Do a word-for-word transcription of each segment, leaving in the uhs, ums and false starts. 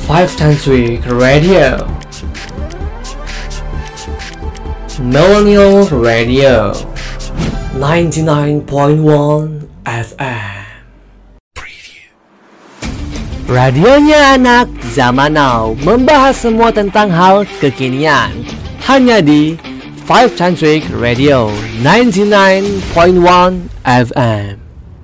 Five Times Week Radio, Millennial Radio, ninety-nine point one F M. Radionya anak zaman now, membahas semua tentang hal kekinian. Hanya di Five Times Week Radio ninety-nine point one F M.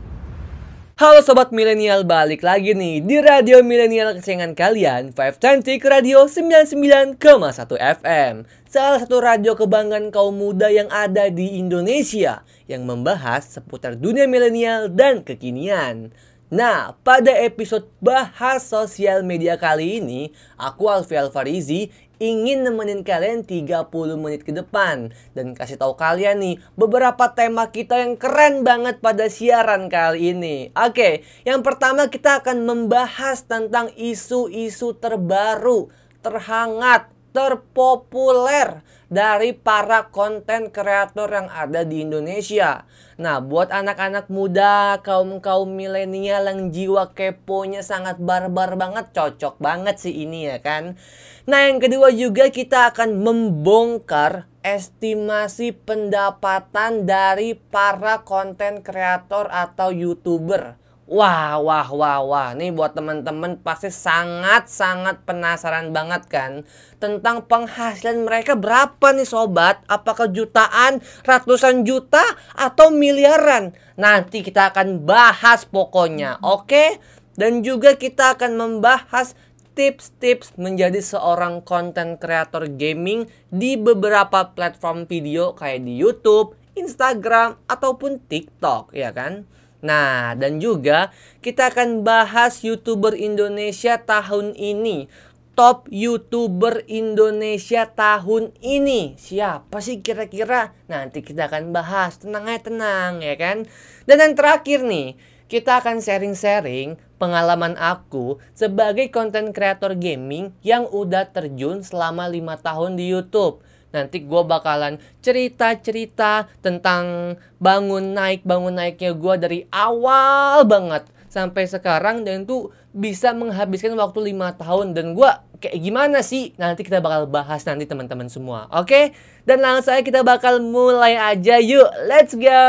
Halo sobat milenial, balik lagi nih di radio milenial kesayangan kalian, Five Times Week Radio sembilan puluh sembilan koma satu F M. Salah satu radio kebanggaan kaum muda yang ada di Indonesia, yang membahas seputar dunia milenial dan kekinian. Nah, pada episode bahas sosial media kali ini, aku Alfi Alfarizi ingin nemenin kalian tiga puluh menit ke depan dan kasih tahu kalian nih beberapa tema kita yang keren banget pada siaran kali ini. Oke, yang pertama kita akan membahas tentang isu-isu terbaru, terhangat, terpopuler dari para konten kreator yang ada di Indonesia. Nah, buat anak-anak muda, kaum-kaum milenial yang jiwa keponya sangat barbar banget, cocok banget sih ini ya kan. Nah, yang kedua juga kita akan membongkar estimasi pendapatan dari para konten kreator atau YouTuber. Wah, wah, wah, wah. Nih buat teman-teman pasti sangat-sangat penasaran banget kan tentang penghasilan mereka berapa nih sobat? Apakah jutaan, ratusan juta, atau miliaran? Nanti kita akan bahas pokoknya, oke? Dan juga kita akan membahas tips-tips menjadi seorang konten kreator gaming di beberapa platform video kayak di YouTube, Instagram, ataupun TikTok, ya kan? Nah, dan juga kita akan bahas YouTuber Indonesia tahun ini. Top YouTuber Indonesia tahun ini. Siapa sih kira-kira? Nanti kita akan bahas. Tenang aja, tenang ya kan? Dan yang terakhir nih, kita akan sharing-sharing pengalaman aku sebagai konten kreator gaming yang udah terjun selama lima tahun di YouTube. Nanti gue bakalan cerita-cerita tentang bangun naik, bangun naiknya gue dari awal banget sampai sekarang. Dan itu bisa menghabiskan waktu lima tahun. Dan gue kayak gimana sih? Nanti kita bakal bahas nanti teman-teman semua. Oke? Dan langsung aja kita bakal mulai aja. Yuk, let's go!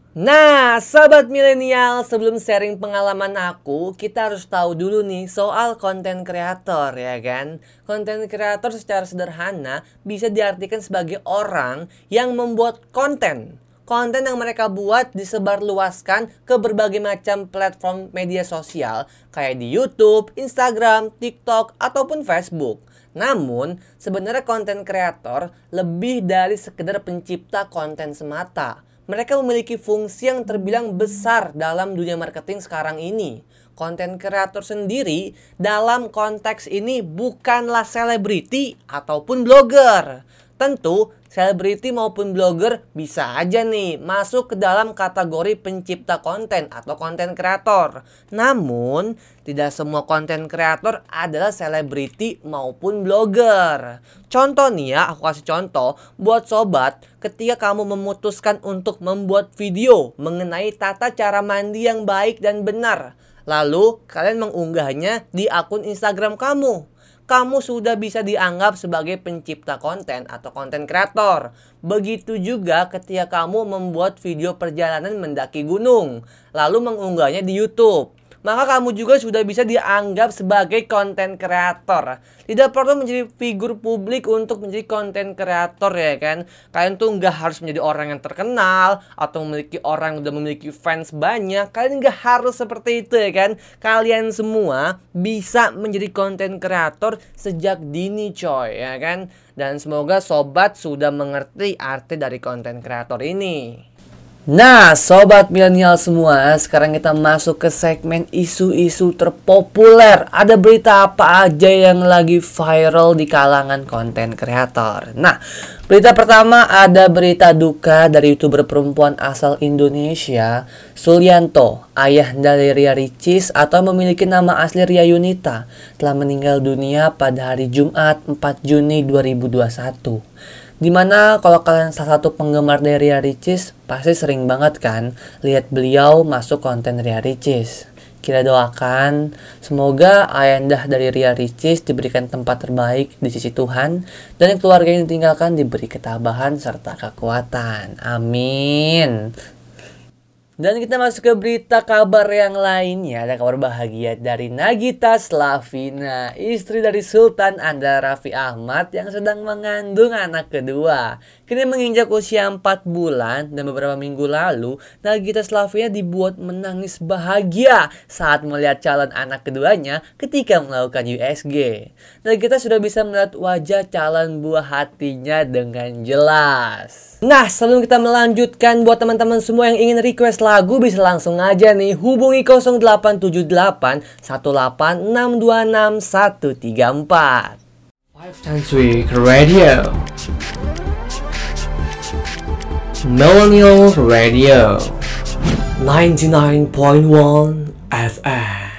Nah, sobat milenial, sebelum sharing pengalaman aku, kita harus tahu dulu nih soal konten kreator, ya kan? Konten kreator secara sederhana bisa diartikan sebagai orang yang membuat konten. Konten yang mereka buat disebarluaskan ke berbagai macam platform media sosial, kayak di YouTube, Instagram, TikTok, ataupun Facebook. Namun, sebenarnya konten kreator lebih dari sekedar pencipta konten semata. Mereka memiliki fungsi yang terbilang besar dalam dunia marketing sekarang ini. Konten kreator sendiri dalam konteks ini bukanlah selebriti ataupun blogger. Tentu, selebriti maupun blogger bisa aja nih masuk ke dalam kategori pencipta konten atau konten kreator. Namun, tidak semua konten kreator adalah selebriti maupun blogger. Contoh nih ya, aku kasih contoh buat sobat, ketika kamu memutuskan untuk membuat video mengenai tata cara mandi yang baik dan benar, lalu kalian mengunggahnya di akun Instagram kamu, kamu sudah bisa dianggap sebagai pencipta konten atau konten kreator. Begitu juga ketika kamu membuat video perjalanan mendaki gunung, lalu mengunggahnya di YouTube, maka kamu juga sudah bisa dianggap sebagai konten kreator. Tidak perlu menjadi figur publik untuk menjadi konten kreator ya kan. Kalian tuh nggak harus menjadi orang yang terkenal atau memiliki orang yang udah memiliki fans banyak. Kalian nggak harus seperti itu ya kan. Kalian semua bisa menjadi konten kreator sejak dini coy ya kan. Dan semoga sobat sudah mengerti arti dari konten kreator ini. Nah, sobat milenial semua, sekarang kita masuk ke segmen isu-isu terpopuler. Ada berita apa aja yang lagi viral di kalangan konten kreator. Nah, berita pertama ada berita duka dari YouTuber perempuan asal Indonesia, Sulianto, ayah dari Ria Ricis atau memiliki nama asli Ria Yunita, telah meninggal dunia pada hari Jumat empat Juni dua ribu dua puluh satu. Dimana kalau kalian salah satu penggemar dari Ria Ricis, pasti sering banget kan lihat beliau masuk konten Ria Ricis. Kita doakan semoga Ayendah dari Ria Ricis diberikan tempat terbaik di sisi Tuhan, dan keluarga yang ditinggalkan diberi ketabahan serta kekuatan. Amin. Dan kita masuk ke berita kabar yang lainnya. Ada kabar bahagia dari Nagita Slavina, istri dari Sultan Anda Raffi Ahmad yang sedang mengandung anak kedua. Kini menginjak usia empat bulan dan beberapa minggu lalu, Nagita Slavina dibuat menangis bahagia saat melihat calon anak keduanya ketika melakukan U S G. Nagita sudah bisa melihat wajah calon buah hatinya dengan jelas. Nah, sebelum kita melanjutkan, buat teman-teman semua yang ingin request lagu bisa langsung aja nih hubungi nol delapan tujuh delapan satu delapan enam dua enam satu tiga empat. Five Times Week Radio, Millennial Radio, ninety-nine point one F M.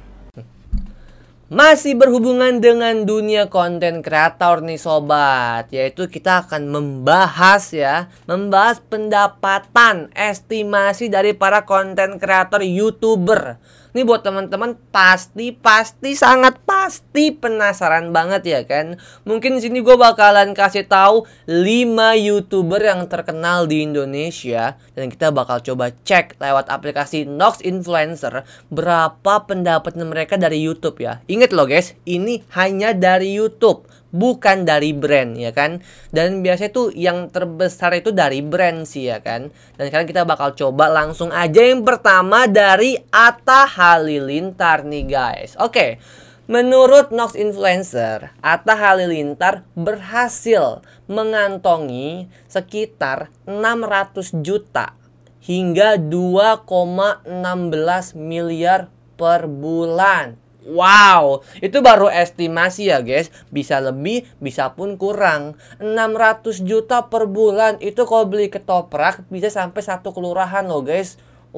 Masih berhubungan dengan dunia konten kreator nih sobat, yaitu kita akan membahas ya, membahas pendapatan estimasi dari para konten kreator YouTuber. Ini buat teman-teman pasti, pasti, sangat pasti penasaran banget ya kan. Mungkin di sini gue bakalan kasih tahu lima YouTuber yang terkenal di Indonesia, dan kita bakal coba cek lewat aplikasi Nox Influencer berapa pendapatan mereka dari YouTube ya. Ingat loh guys, ini hanya dari YouTube, bukan dari brand ya kan. Dan biasanya tuh yang terbesar itu dari brand sih ya kan. Dan sekarang kita bakal coba langsung aja yang pertama dari Atta Halilintar nih guys. Oke, menurut Nox Influencer, Atta Halilintar berhasil mengantongi sekitar enam ratus juta hingga dua koma satu enam miliar per bulan. Wow, itu baru estimasi ya guys. Bisa lebih, bisa pun kurang. Enam ratus juta per bulan, itu kalau beli ketoprak bisa sampai satu kelurahan loh guys.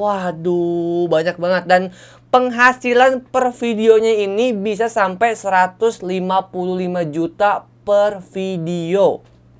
Waduh, banyak banget. Dan penghasilan per videonya ini bisa sampai seratus lima puluh lima juta per video.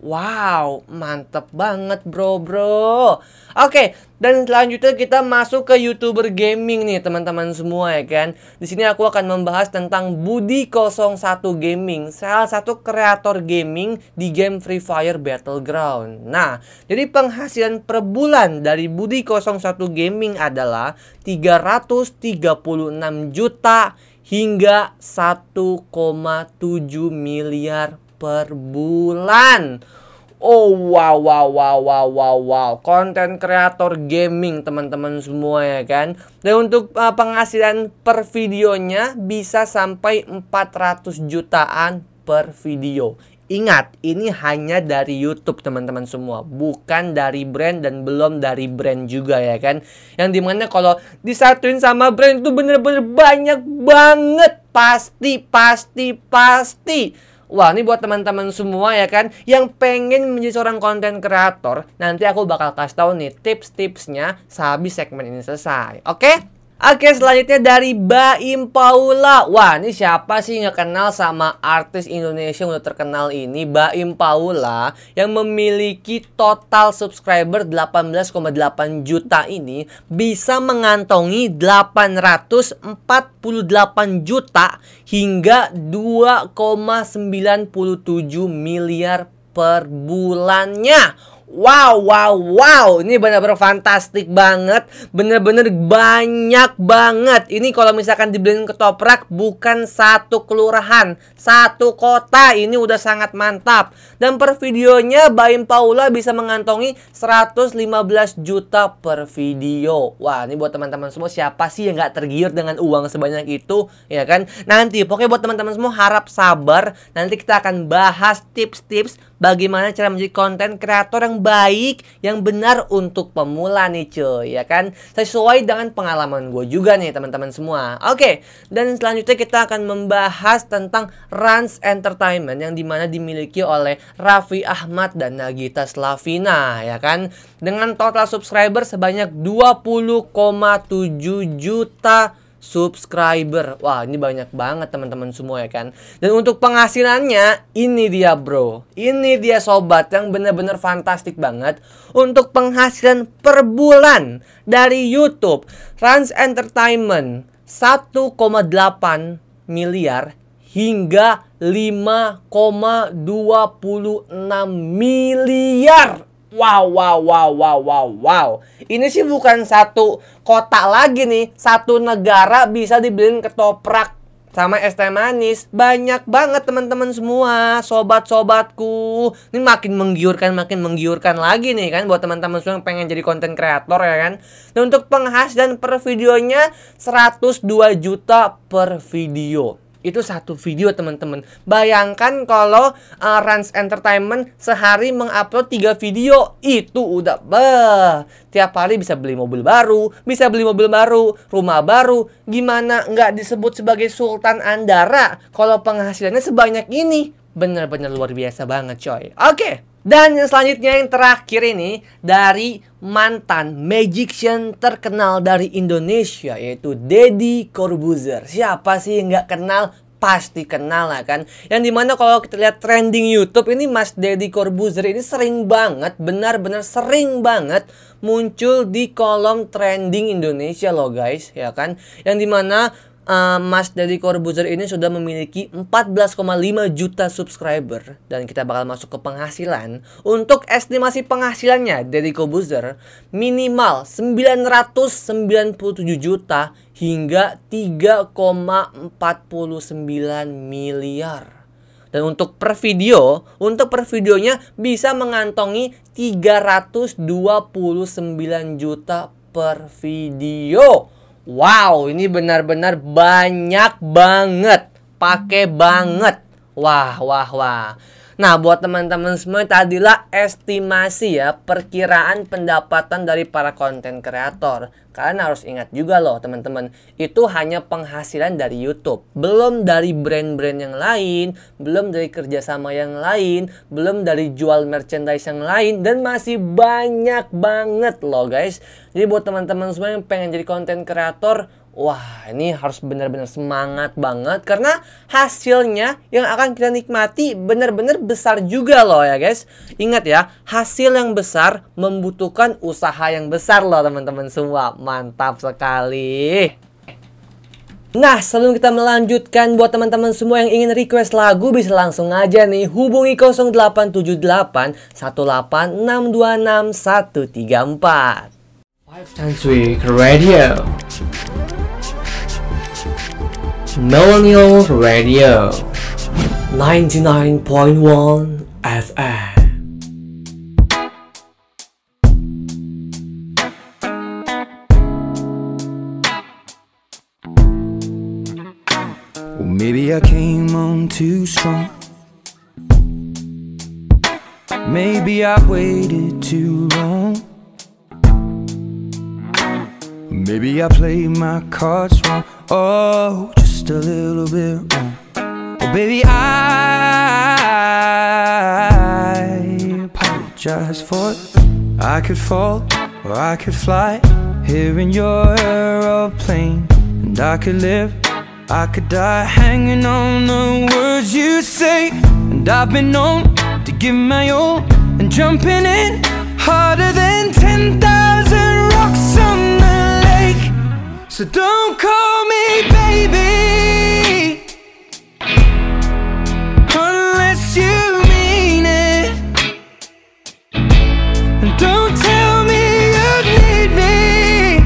Wow, mantep banget bro bro. Oke, dan selanjutnya kita masuk ke YouTuber gaming nih teman-teman semua ya kan. Di sini aku akan membahas tentang Budi nol satu Gaming, salah satu kreator gaming di game Free Fire Battleground. Nah, jadi penghasilan per bulan dari Budi nol satu Gaming adalah tiga ratus tiga puluh enam juta hingga satu koma tujuh miliar per bulan. Oh wow wow wow wow wow wow, konten kreator gaming teman-teman semua ya kan. Dan untuk uh, penghasilan per videonya bisa sampai empat ratus jutaan per video. Ingat, ini hanya dari YouTube teman-teman semua, bukan dari brand dan belum dari brand juga ya kan. Yang dimana kalau disatuin sama brand itu bener-bener banyak banget. Pasti, pasti, pasti. Wah, ini buat teman-teman semua ya kan yang pengen menjadi seorang konten kreator. Nanti aku bakal kasih tahu nih tips-tipsnya sehabis segmen ini selesai. Oke? Oke, selanjutnya dari Baim Paula. Wah, ini siapa sih nggak kenal sama artis Indonesia yang udah terkenal ini, Baim Paula, yang memiliki total subscriber delapan belas koma delapan juta ini bisa mengantongi delapan ratus empat puluh delapan juta hingga dua koma sembilan tujuh miliar per bulannya. Wow, wow, wow. Ini benar-benar fantastik banget. Bener-bener banyak banget. Ini kalau misalkan dibeliin ketoprak bukan satu kelurahan, satu kota. Ini udah sangat mantap. Dan per videonya Baim Paula bisa mengantongi seratus lima belas juta per video. Wah, ini buat teman-teman semua, siapa sih yang gak tergiur dengan uang sebanyak itu, ya kan? Nanti, pokoknya buat teman-teman semua harap sabar. Nanti kita akan bahas tips-tips bagaimana cara menjadi konten kreator yang baik, yang benar untuk pemula nih cuy, ya kan? Sesuai dengan pengalaman gue juga nih teman-teman semua. Oke, dan selanjutnya kita akan membahas tentang Rans Entertainment yang dimana dimiliki oleh Raffi Ahmad dan Nagita Slavina, ya kan? Dengan total subscriber sebanyak dua puluh koma tujuh juta subscriber. Wah, ini banyak banget teman-teman semua ya kan. Dan untuk penghasilannya, ini dia bro, ini dia sobat yang bener-bener fantastik banget. Untuk penghasilan per bulan dari YouTube, Rans Entertainment satu koma delapan miliar hingga lima koma dua enam miliar. Wow, wow, wow, wow, wow, wow. Ini sih bukan satu kota lagi nih. Satu negara bisa dibeliin ketoprak sama es teh manis. Banyak banget teman-teman semua, sobat-sobatku. Ini makin menggiurkan, makin menggiurkan lagi nih kan buat teman-teman semua yang pengen jadi konten kreator ya kan. Dan untuk penghasilan per videonya seratus dua juta per video. Itu satu video teman-teman. Bayangkan kalau uh, Rans Entertainment sehari mengupload tiga video. Itu udah beh. Tiap hari bisa beli mobil baru, bisa beli mobil baru, rumah baru. Gimana nggak disebut sebagai Sultan Andara kalau penghasilannya sebanyak ini? Bener-bener luar biasa banget coy. Oke. Dan yang selanjutnya yang terakhir ini dari mantan magician terkenal dari Indonesia, yaitu Deddy Corbuzier. Siapa sih yang nggak kenal? Pasti kenal lah kan. Yang dimana kalau kita lihat trending YouTube ini, Mas Deddy Corbuzier ini sering banget, benar-benar sering banget muncul di kolom trending Indonesia loh guys, ya kan. Yang dimana Uh, Mas Deddy Corbuzier ini sudah memiliki empat belas koma lima juta subscriber. Dan kita bakal masuk ke penghasilan. Untuk estimasi penghasilannya Deddy Corbuzier minimal sembilan ratus sembilan puluh tujuh juta hingga tiga koma empat sembilan miliar. Dan untuk per video, untuk per videonya bisa mengantongi tiga ratus dua puluh sembilan juta per video. Wow, ini benar-benar banyak banget. Pakai banget. Wah, wah, wah. Nah, buat teman-teman semua, tadilah estimasi ya, perkiraan pendapatan dari para konten kreator. Kalian harus ingat juga loh teman-teman, itu hanya penghasilan dari YouTube. Belum dari brand-brand yang lain, belum dari kerjasama yang lain, belum dari jual merchandise yang lain, dan masih banyak banget loh guys. Jadi buat teman-teman semua yang pengen jadi konten kreator, wah, ini harus benar-benar semangat banget. Karena hasilnya yang akan kita nikmati benar-benar besar juga loh ya guys. Ingat ya, hasil yang besar membutuhkan usaha yang besar loh teman-teman semua. Mantap sekali. Nah, sebelum kita melanjutkan, buat teman-teman semua yang ingin request lagu, bisa langsung aja nih hubungi nol delapan tujuh delapan satu delapan enam dua enam satu tiga empat. Five Tantric Radio, Millennial Radio ninety-nine point one F M. Well, maybe I came on too strong. Maybe I waited too long. Maybe I played my cards wrong. Oh, just a little bit wrong. Oh, baby, I apologize for it. I could fall or I could fly here in your aeroplane. And I could live, I could die hanging on the words you say. And I've been known to give my all and jumping in harder than ten thousand rocks on the lake. So don't call me baby unless you mean it. And don't tell me you need me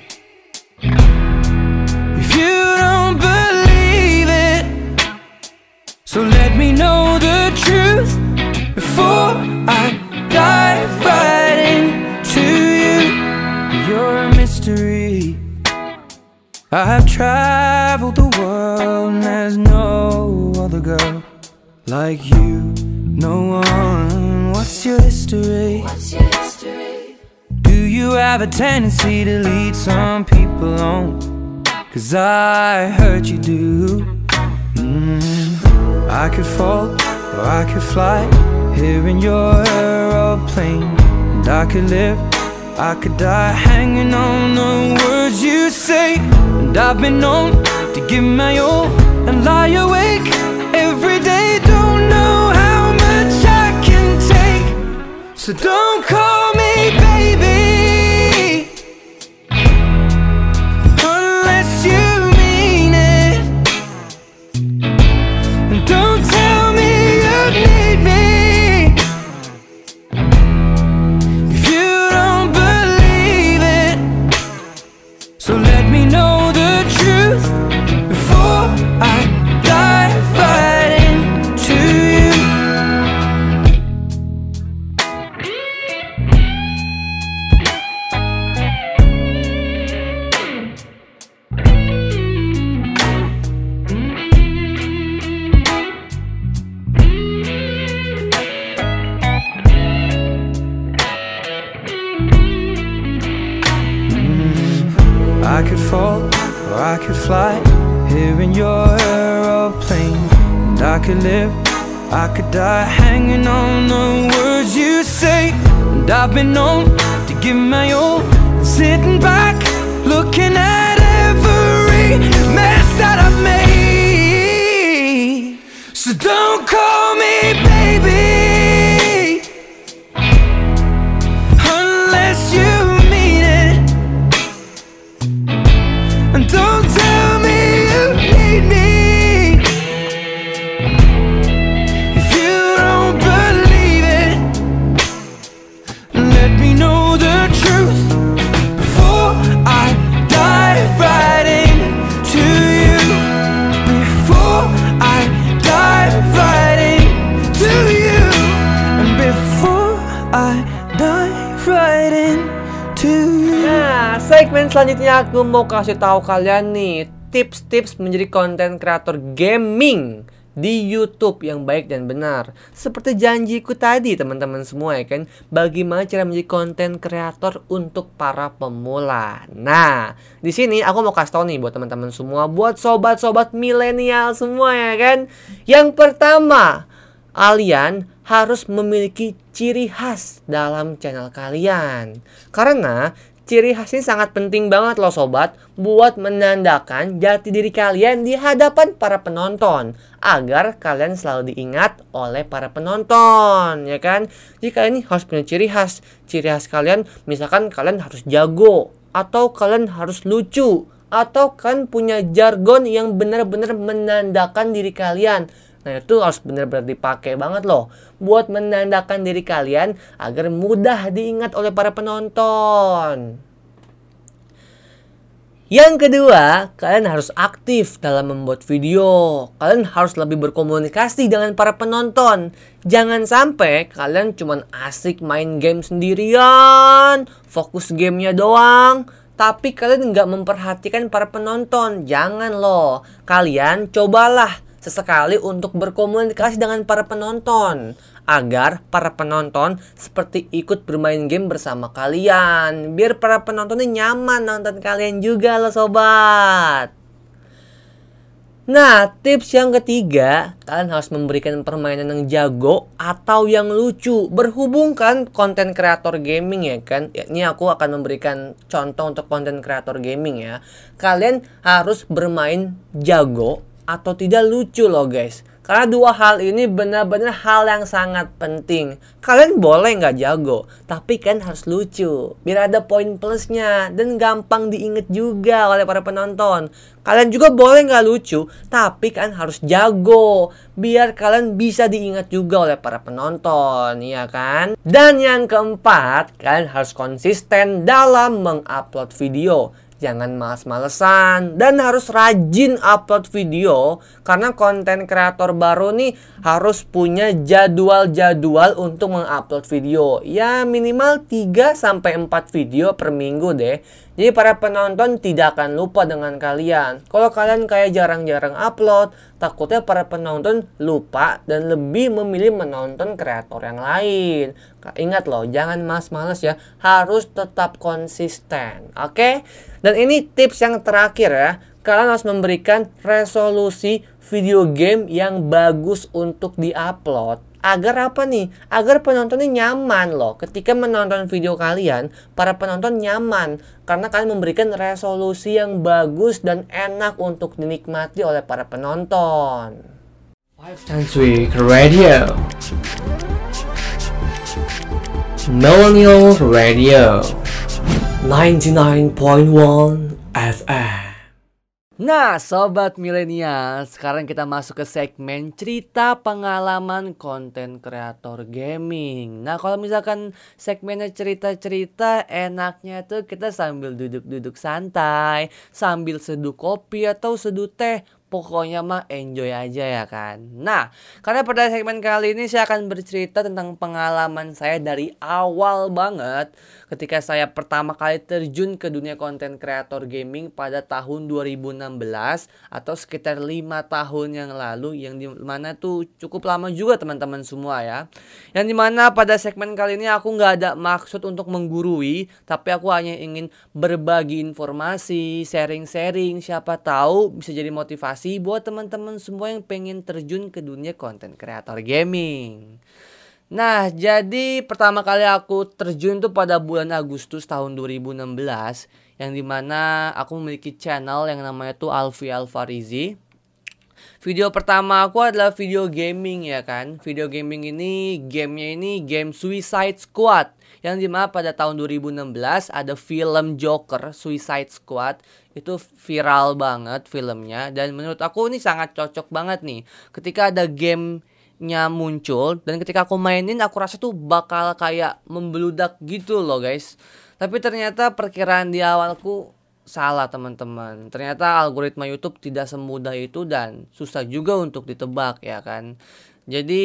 if you don't believe it. So let me know the truth before I dive right into you. You're a mystery. I've traveled the world and there's no other girl like you. No one. What's your history? What's your history? Do you have a tendency to lead some people on? 'Cause I heard you do. mm. I could fall or I could fly here in your aeroplane. And I could live, I could die hanging on the words you say. And I've been known to give my all and lie awake every day. Don't know how much I can take. So don't call me baby unless you or I could fly here in your aeroplane. And I could live, I could die hanging on the words you say. And I've been known to give my all, sitting back, looking at every mess that I've made. So don't call me baby unless you mean it, and don't tell me you need me if you don't believe it. Let me know the truth before I dive right into you, before I dive right into you, and before I dive right into you. Nah, segmen selanjutnya aku mau kasih tahu kalian nih tips-tips menjadi konten kreator gaming di YouTube yang baik dan benar. Seperti janjiku tadi teman-teman semua ya kan, bagaimana cara menjadi konten kreator untuk para pemula. Nah, di sini aku mau kasih tahu nih buat teman-teman semua, buat sobat-sobat milenial semua ya kan. Yang pertama, kalian harus memiliki ciri khas dalam channel kalian. Karena ciri khas ini sangat penting banget loh sobat, buat menandakan jati diri kalian di hadapan para penonton, agar kalian selalu diingat oleh para penonton, ya kan? Jadi kalian ini harus punya ciri khas. Ciri khas kalian, misalkan kalian harus jago, atau kalian harus lucu, atau kalian punya jargon yang benar-benar menandakan diri kalian. Nah, itu harus benar-benar dipakai banget loh, buat menandakan diri kalian agar mudah diingat oleh para penonton. Yang kedua, kalian harus aktif dalam membuat video. Kalian harus lebih berkomunikasi dengan para penonton. Jangan sampai kalian cuma asik main game sendirian, fokus gamenya doang, tapi kalian nggak memperhatikan para penonton. Jangan loh. Kalian cobalah sesekali untuk berkomunikasi dengan para penonton, agar para penonton seperti ikut bermain game bersama kalian, biar para penonton ini nyaman nonton kalian juga loh sobat. Nah, tips yang ketiga, kalian harus memberikan permainan yang jago atau yang lucu. Berhubung kan konten kreator gaming ya kan, ini aku akan memberikan contoh untuk konten kreator gaming ya. Kalian harus bermain jago atau tidak lucu loh guys. Karena dua hal ini benar-benar hal yang sangat penting. Kalian boleh nggak jago, tapi kan harus lucu, biar ada poin plusnya dan gampang diinget juga oleh para penonton. Kalian juga boleh nggak lucu, tapi kan harus jago, biar kalian bisa diingat juga oleh para penonton, ya kan? Dan yang keempat, kalian harus konsisten dalam mengupload video. Jangan males-malesan dan harus rajin upload video, karena konten kreator baru nih harus punya jadwal-jadwal untuk mengupload video. Ya minimal tiga sampai empat video per minggu deh. Jadi para penonton tidak akan lupa dengan kalian. Kalau kalian kayak jarang-jarang upload, takutnya para penonton lupa dan lebih memilih menonton kreator yang lain. Ingat loh, jangan males-males ya, harus tetap konsisten. Oke? Dan ini tips yang terakhir ya, kalian harus memberikan resolusi video game yang bagus untuk diupload. Agar apa nih? Agar penontonnya nyaman loh. Ketika menonton video kalian, para penonton nyaman karena kalian memberikan resolusi yang bagus dan enak untuk dinikmati oleh para penonton. Five Century Radio, Millennial Radio, ninety-nine point one F M. Nah, sobat milenial, sekarang kita masuk ke segmen cerita pengalaman konten kreator gaming. Nah, kalau misalkan segmennya cerita-cerita, enaknya tuh kita sambil duduk-duduk santai, sambil seduh kopi atau seduh teh, pokoknya mah enjoy aja ya kan. Nah, karena pada segmen kali ini saya akan bercerita tentang pengalaman saya dari awal banget ketika saya pertama kali terjun ke dunia konten kreator gaming pada tahun dua ribu enam belas atau sekitar lima tahun yang lalu, yang dimana tuh cukup lama juga teman-teman semua ya. Yang dimana pada segmen kali ini aku nggak ada maksud untuk menggurui, tapi aku hanya ingin berbagi informasi, sharing-sharing, siapa tahu bisa jadi motivasi buat teman-teman semua yang pengen terjun ke dunia konten kreator gaming. Nah, jadi pertama kali aku terjun tuh pada bulan Agustus tahun dua ribu enam belas, yang dimana aku memiliki channel yang namanya tuh Alfi Alfarizi. Video pertama aku adalah video gaming ya kan. Video gaming ini, gamenya ini game Suicide Squad, yang dimana pada tahun dua ribu enam belas ada film Joker Suicide Squad. Itu viral banget filmnya, dan menurut aku ini sangat cocok banget nih ketika ada game nya muncul, dan ketika aku mainin aku rasa tuh bakal kayak membeludak gitu loh guys. Tapi ternyata perkiraan di awalku salah teman-teman. Ternyata algoritma YouTube tidak semudah itu dan susah juga untuk ditebak ya kan. Jadi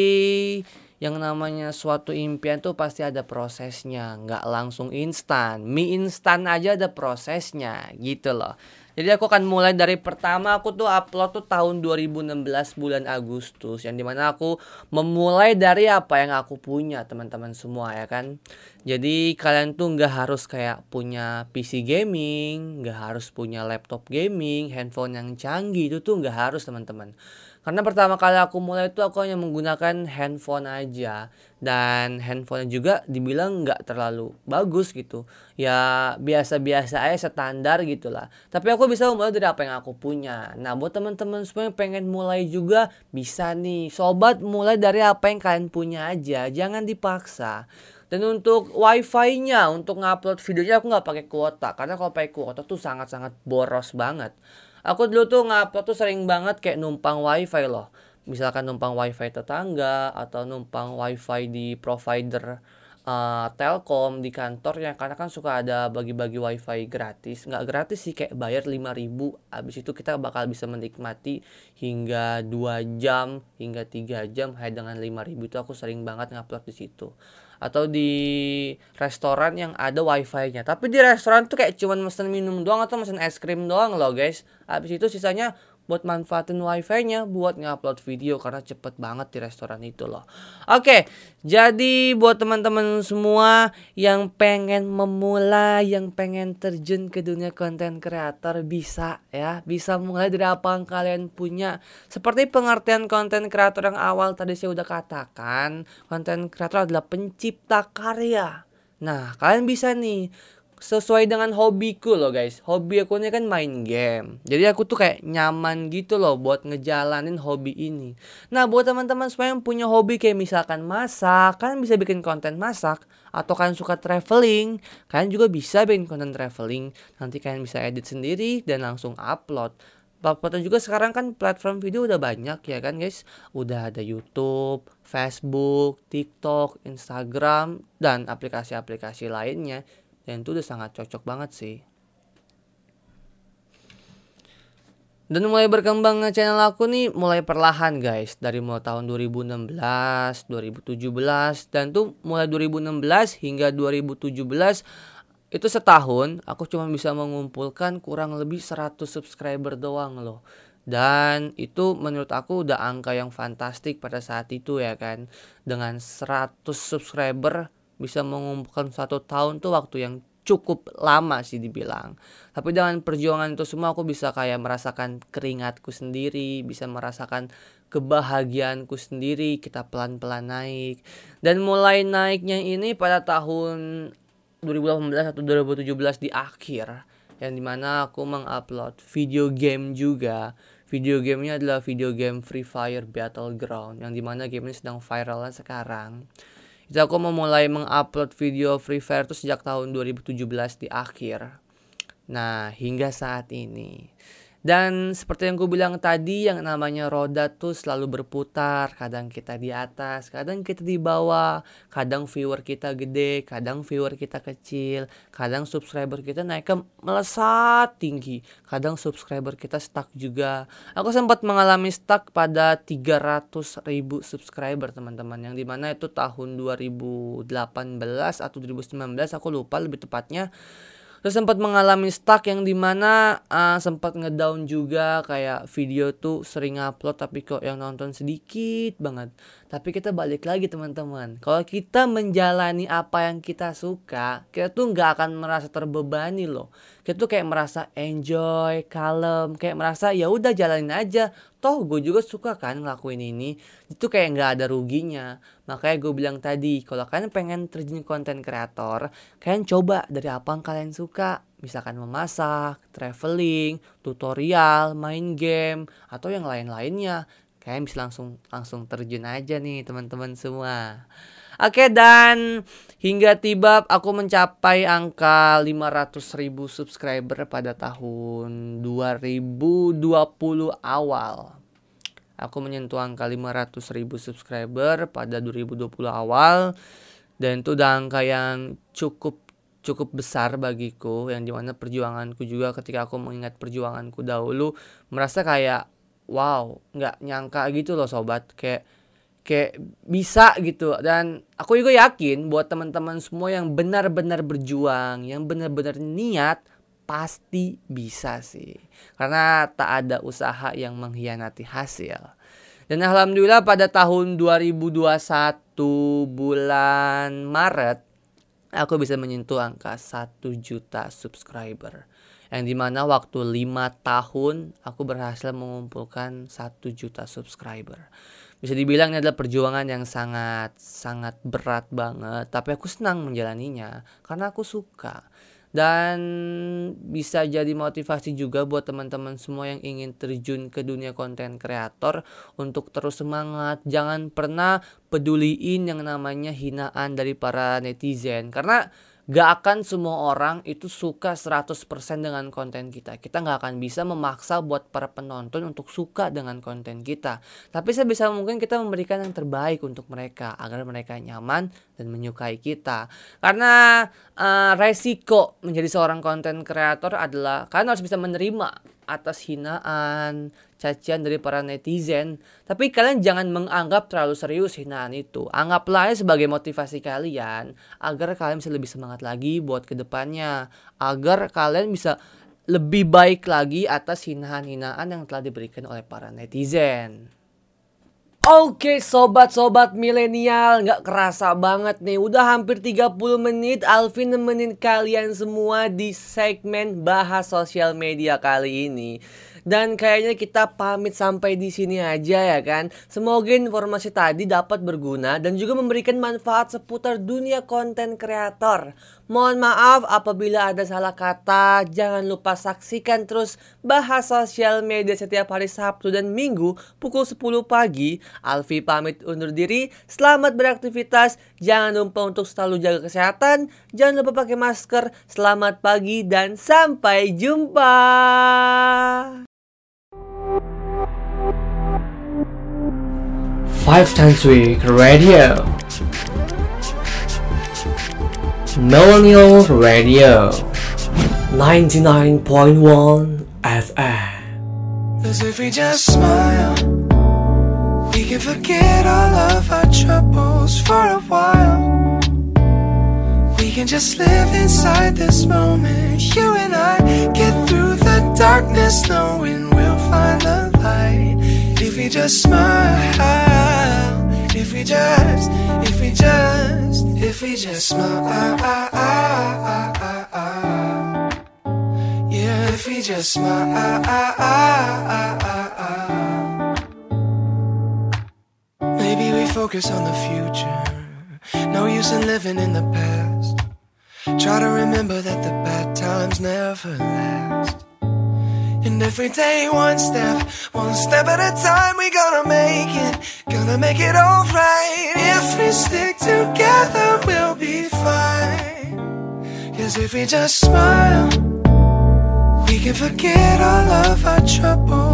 yang namanya suatu impian tuh pasti ada prosesnya, nggak langsung instan. Mie instan aja ada prosesnya gitu loh. Jadi aku akan mulai dari pertama aku tuh upload tuh tahun dua ribu enam belas bulan Agustus, yang dimana aku memulai dari apa yang aku punya teman-teman semua ya kan. Jadi kalian tuh nggak harus kayak punya P C gaming, nggak harus punya laptop gaming, handphone yang canggih, itu tuh nggak harus teman-teman. Karena pertama kali aku mulai itu aku hanya menggunakan handphone aja, dan handphonenya juga dibilang nggak terlalu bagus gitu. Ya biasa-biasa aja, standar gitulah. Tapi aku bisa mulai dari apa yang aku punya. Nah, buat teman-teman semua yang pengen mulai juga bisa nih. Sobat, mulai dari apa yang kalian punya aja, jangan dipaksa. Dan untuk wifi-nya, untuk ngupload videonya aku nggak pakai kuota, karena kalau pakai kuota tuh sangat-sangat boros banget. Aku dulu tuh ngupload tuh sering banget kayak numpang wifi loh. Misalkan numpang wifi tetangga atau numpang wifi di provider uh, Telkom di kantornya, karena kan suka ada bagi-bagi wifi gratis. Nggak gratis sih, kayak bayar lima ribu. Habis itu kita bakal bisa menikmati hingga dua jam hingga tiga jam hanya dengan lima ribu. Itu aku sering banget ngupload di situ. Atau di restoran yang ada wifi-nya. Tapi di restoran tuh kayak cuman mesen minum doang atau mesen es krim doang loh guys. Habis itu sisanya buat manfaatin wifi-nya buat ngupload video, karena cepet banget di restoran itu loh. Oke, jadi buat teman-teman semua yang pengen memulai, yang pengen terjun ke dunia konten kreator, bisa ya, bisa mulai dari apa yang kalian punya. Seperti pengertian konten kreator yang awal tadi saya udah katakan, konten kreator adalah pencipta karya. Nah, kalian bisa nih sesuai dengan hobiku loh guys. Hobi aku ini kan main game, jadi aku tuh kayak nyaman gitu loh buat ngejalanin hobi ini. Nah, buat teman-teman semua yang punya hobi kayak misalkan masak, kalian bisa bikin konten masak. Atau kalian suka traveling, kalian juga bisa bikin konten traveling. Nanti kalian bisa edit sendiri dan langsung upload. Upload juga sekarang kan platform video udah banyak ya kan guys. Udah ada YouTube, Facebook, TikTok, Instagram, dan aplikasi-aplikasi lainnya. Dan itu udah sangat cocok banget sih. Dan mulai berkembang channel aku nih mulai perlahan guys. Dari mulai tahun dua ribu enam belas, dua ribu tujuh belas. Dan tuh mulai dua ribu enam belas hingga dua ribu tujuh belas. Itu setahun aku cuma bisa mengumpulkan kurang lebih seratus subscriber doang loh. Dan itu menurut aku udah angka yang fantastik pada saat itu ya kan. Dengan seratus subscriber bisa mengumpulkan satu tahun tuh waktu yang cukup lama sih dibilang. Tapi dengan perjuangan itu semua aku bisa kayak merasakan keringatku sendiri, bisa merasakan kebahagiaanku sendiri, kita pelan-pelan naik. Dan mulai naiknya ini pada tahun dua ribu delapan belas atau dua ribu tujuh belas di akhir, yang dimana aku mengupload video game juga. Video gamenya adalah video game Free Fire Battleground, yang dimana game ini sedang viral sekarang. Itu aku memulai mengupload video Free Fire itu sejak tahun dua ribu tujuh belas di akhir. Nah, hingga saat ini. Dan seperti yang gue bilang tadi, yang namanya roda tuh selalu berputar. Kadang kita di atas, kadang kita di bawah. Kadang viewer kita gede, kadang viewer kita kecil. Kadang subscriber kita naik ke melesat tinggi. Kadang subscriber kita stuck juga. Aku sempat mengalami stuck pada tiga ratus ribu subscriber teman-teman. Yang dimana itu tahun dua ribu delapan belas atau dua ribu sembilan belas, aku lupa lebih tepatnya. Terus sempat mengalami stuck yang dimana uh, sempat ngedown juga, kayak video tuh sering upload tapi kok yang nonton sedikit banget. Tapi kita balik lagi teman-teman, kalau kita menjalani apa yang kita suka, kita tuh nggak akan merasa terbebani loh. Kita tuh kayak merasa enjoy, kalem, kayak merasa ya udah jalanin aja. Toh gue juga suka kan ngelakuin ini. Itu kayak nggak ada ruginya. Makanya gue bilang tadi, kalau kalian pengen terjun konten kreator, kalian coba dari apa yang kalian suka. Misalkan memasak, traveling, tutorial, main game, atau yang lain-lainnya. Kalian bisa langsung langsung terjun aja nih teman-teman semua. Oke, dan hingga tiba aku mencapai angka lima ratus ribu subscriber pada tahun dua ribu dua puluh awal. Aku menyentuh angka lima ratus ribu subscriber pada dua ribu dua puluh awal. Dan itu udah angka yang cukup cukup besar bagiku, yang dimana perjuanganku juga, ketika aku mengingat perjuanganku dahulu, merasa kayak wow, nggak nyangka gitu loh sobat, kayak kayak bisa gitu. Dan aku juga yakin buat teman-teman semua yang benar-benar berjuang, yang benar-benar niat, pasti bisa sih. Karena tak ada usaha yang mengkhianati hasil. Dan alhamdulillah pada tahun dua ribu dua puluh satu bulan Maret, aku bisa menyentuh angka satu juta subscriber. Yang dimana waktu lima tahun aku berhasil mengumpulkan satu juta subscriber. Bisa dibilang ini adalah perjuangan yang sangat sangat berat banget, tapi aku senang menjalaninya karena aku suka. Dan bisa jadi motivasi juga buat teman-teman semua yang ingin terjun ke dunia konten kreator untuk terus semangat. Jangan pernah peduliin yang namanya hinaan dari para netizen, karena gak akan semua orang itu suka seratus persen dengan konten kita. Kita gak akan bisa memaksa buat para penonton untuk suka dengan konten kita. Tapi sebisa mungkin kita memberikan yang terbaik untuk mereka, agar mereka nyaman dan menyukai kita. Karena uh, resiko menjadi seorang konten kreator adalah kalian harus bisa menerima atas hinaan, cacian dari para netizen. Tapi kalian jangan menganggap terlalu serius hinaan itu. Anggaplah sebagai motivasi kalian agar kalian bisa lebih semangat lagi buat kedepannya, agar kalian bisa lebih baik lagi atas hinaan-hinaan yang telah diberikan oleh para netizen. Oke sobat-sobat milenial, gak kerasa banget nih, udah hampir tiga puluh menit Alvin nemenin kalian semua di segmen bahas sosial media kali ini. Dan kayaknya kita pamit sampai di sini aja ya kan. Semoga informasi tadi dapat berguna dan juga memberikan manfaat seputar dunia konten kreator. Mohon maaf apabila ada salah kata. Jangan lupa saksikan terus bahas sosial media setiap hari Sabtu dan Minggu pukul sepuluh pagi. Alfi pamit undur diri. Selamat beraktivitas. Jangan lupa untuk selalu jaga kesehatan. Jangan lupa pakai masker. Selamat pagi dan sampai jumpa. Five Times Week Radio, Millennial Radio, ninety-nine point one F M. Cause if we just smile, we can forget all of our troubles for a while. We can just live inside this moment. You and I get through the darkness knowing we'll find the light. If we just smile, if we just, if we just, if we just smile, yeah, if we just smile, maybe we focus on the future. No use in living in the past. Try to remember that the bad times never last. And every day one step, one step at a time, we gonna make it, gonna make it alright. If we stick together, we'll be fine. Cause if we just smile, we We can forget all of our troubles.